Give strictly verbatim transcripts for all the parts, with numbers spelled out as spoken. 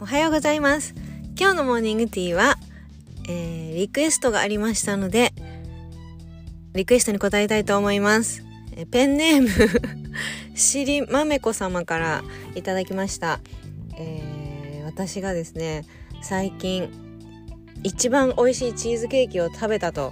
はようございます。今日のモーニングティーは、えー、リクエストがありましたのでリクエストに答えたいと思います。えペンネームしりまめこ様からいただきました。えー、私がですね最近一番美味しいチーズケーキを食べたと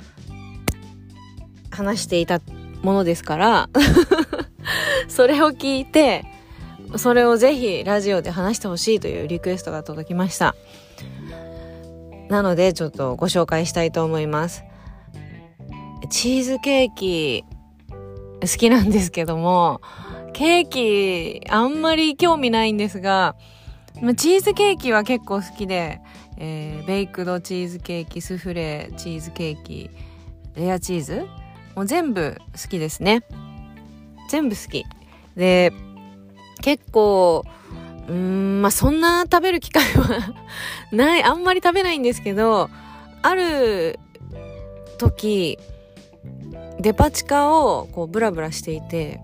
話していたものですからそれを聞いてそれをぜひラジオで話してほしいというリクエストが届きました。なのでちょっとご紹介したいと思います。チーズケーキ好きなんですけども、ケーキあんまり興味ないんですが、チーズケーキは結構好きで、えー、ベイクドチーズケーキ、スフレチーズケーキ、レアチーズもう全部好きですね。全部好きで、結構うーんまあそんな食べる機会はない、あんまり食べないんですけど、ある時デパ地下をこうブラブラしていて、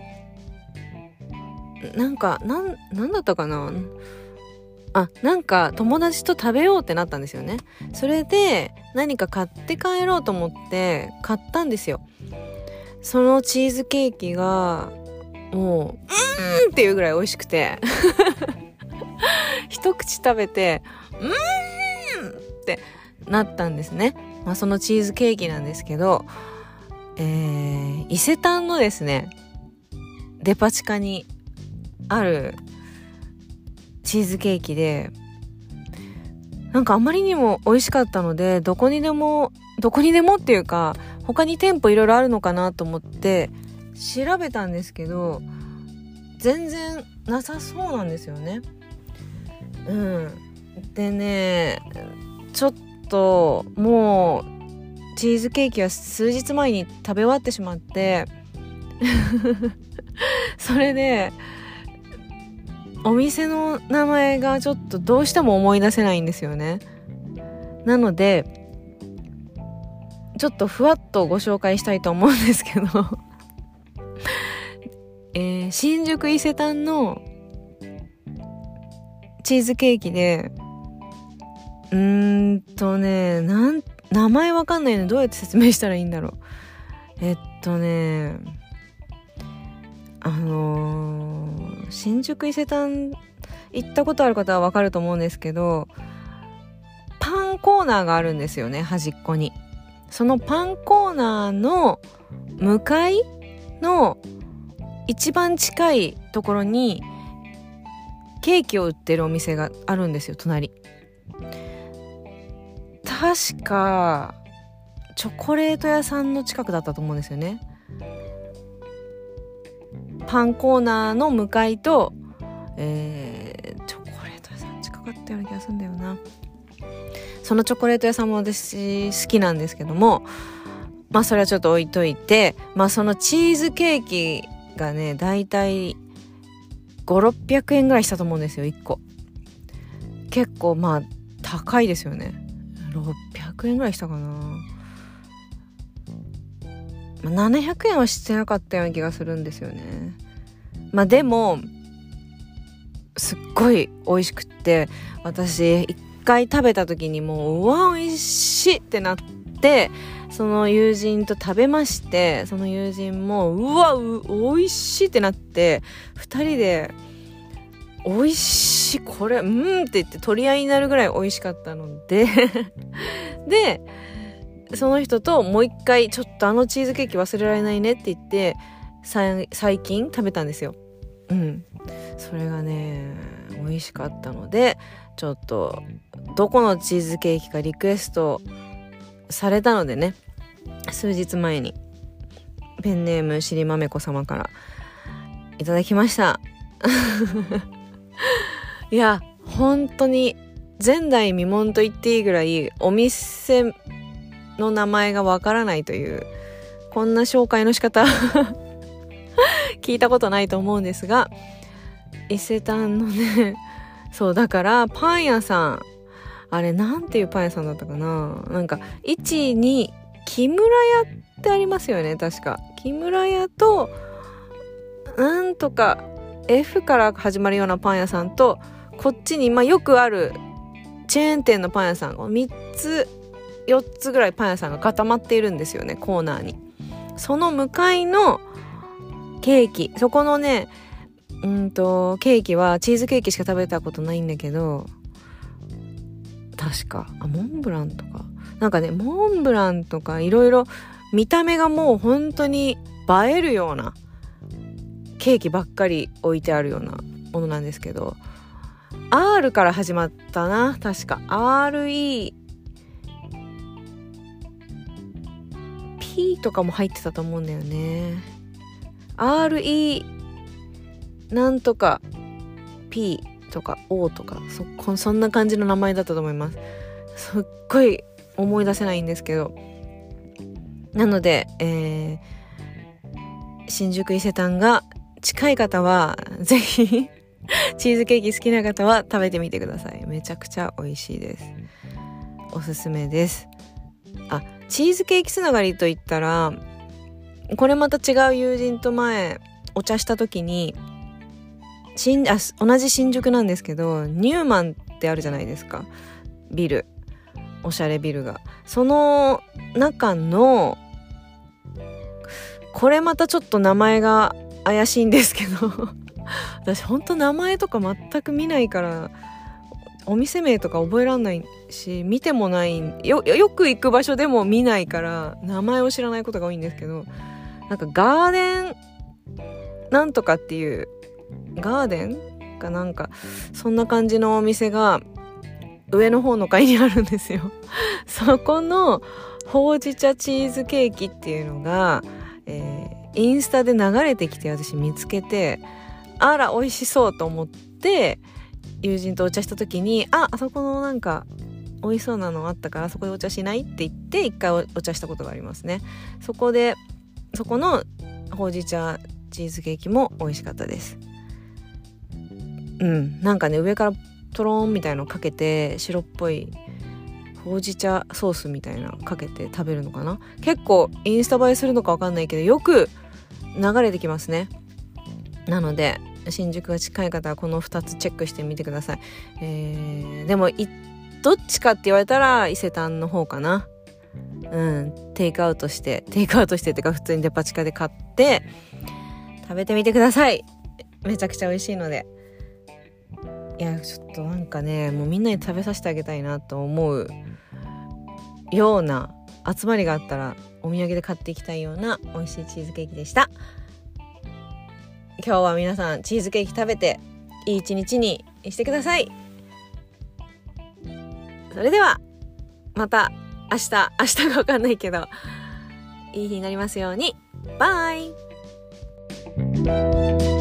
なんかなんなんだったかなあなんか友達と食べようってなったんですよね。それで何か買って帰ろうと思って買ったんですよ。そのチーズケーキがもううーんっていうぐらい美味しくて一口食べてうーんってなったんですね。まあそのチーズケーキなんですけど、えー、伊勢丹のですねデパ地下にあるチーズケーキで、なんかあまりにも美味しかったので、どこにでもどこにでもっていうか他に店舗いろいろあるのかなと思って調べたんですけど、全然なさそうなんですよね。うんでねちょっともうチーズケーキは数日前に食べ終わってしまってそれでお店の名前がちょっとどうしても思い出せないんですよね。なのでちょっとふわっとご紹介したいと思うんですけどえー、新宿伊勢丹のチーズケーキでうーんとねなん名前わかんないのでどうやって説明したらいいんだろう。えっとねあのー、新宿伊勢丹行ったことある方はわかると思うんですけど、パンコーナーがあるんですよね、端っこに。そのパンコーナーの向かいの一番近いところにケーキを売ってるお店があるんですよ、隣。確かチョコレート屋さんの近くだったと思うんですよね。パンコーナーの向かいと、えー、チョコレート屋さん近かったような気がするんだよな。そのチョコレート屋さんも私好きなんですけども、まあそれはちょっと置いといて、まあそのチーズケーキがねだいたいごひゃくろっぴゃくえんぐらいしたと思うんですよ、いっこ。結構まあ高いですよね。ろっぴゃくえんぐらいしたかな、まあ、ななひゃくえんはしてなかったような気がするんですよね。まあでもすっごい美味しくって、私一回食べた時にもううわ美味しいってなって、その友人と食べまして、その友人もうわう美味しいってなって、ふたりで美味しいこれうんって言って取り合いになるぐらい美味しかったのででその人ともう一回ちょっとあのチーズケーキ忘れられないねって言って最近食べたんですよ。うんそれがね美味しかったので、ちょっとどこのチーズケーキかリクエストされたのでね、数日前にペンネームしりまめこ様からいただきましたいや本当に前代未聞と言っていいぐらいお店の名前がわからないという、こんな紹介の仕方聞いたことないと思うんですが、伊勢丹のねそうだからパン屋さん、あれなんていうパン屋さんだったかな、なんかいちに木村屋ってありますよね、確か木村屋となんとか F から始まるようなパン屋さんとこっちに、まあ、よくあるチェーン店のパン屋さんがみっつよっつぐらいパン屋さんが固まっているんですよね、コーナーに。その向かいのケーキ、そこのねうんとケーキはチーズケーキしか食べたことないんだけど、確かあモンブランとかなんかねモンブランとかいろいろ見た目がもう本当に映えるようなケーキばっかり置いてあるようなものなんですけど、 R から始まったな、確か アールイーピー とかも入ってたと思うんだよね。 アールイー なんとか P とか O とか そ, そんな感じの名前だったと思います。すっごい思い出せないんですけど、なので、えー、新宿伊勢丹が近い方はぜひチーズケーキ好きな方は食べてみてください。めちゃくちゃ美味しいです。おすすめです。あ、チーズケーキつながりといったら、これまた違う友人と前お茶した時に新あ同じ新宿なんですけど、ニューマンってあるじゃないですか、ビル、おしゃれビルが。その中のこれまたちょっと名前が怪しいんですけど私ほんと名前とか全く見ないからお店名とか覚えらんないし、見てもない よ, よく行く場所でも見ないから名前を知らないことが多いんですけど、なんかガーデンなんとかっていうガーデンかなんかそんな感じのお店が上の方の階にあるんですよそこのほうじ茶チーズケーキっていうのが、えー、インスタで流れてきて私見つけて、あら美味しそうと思って友人とお茶した時に、あ、あそこのなんか美味しそうなのあったからそこでお茶しないって言って一回お茶したことがありますね。そこでそこのほうじ茶チーズケーキも美味しかったです。うん、なんかね上からトローンみたいのかけて白っぽいほうじ茶ソースみたいなのかけて食べるのかな。結構インスタ映えするのかわかんないけどよく流れてきますね。なので新宿が近い方はこのふたつチェックしてみてください。えー、でもどっちかって言われたら伊勢丹の方かな。うん、テイクアウトしてテイクアウトしてってか普通にデパ地下で買って食べてみてください。めちゃくちゃ美味しいので。いやちょっとなんかねもうみんなに食べさせてあげたいなと思うような集まりがあったらお土産で買っていきたいような美味しいチーズケーキでした。今日は皆さんチーズケーキ食べていい一日にしてください。それではまた明日明日が分かんないけどいい日になりますように。バイ。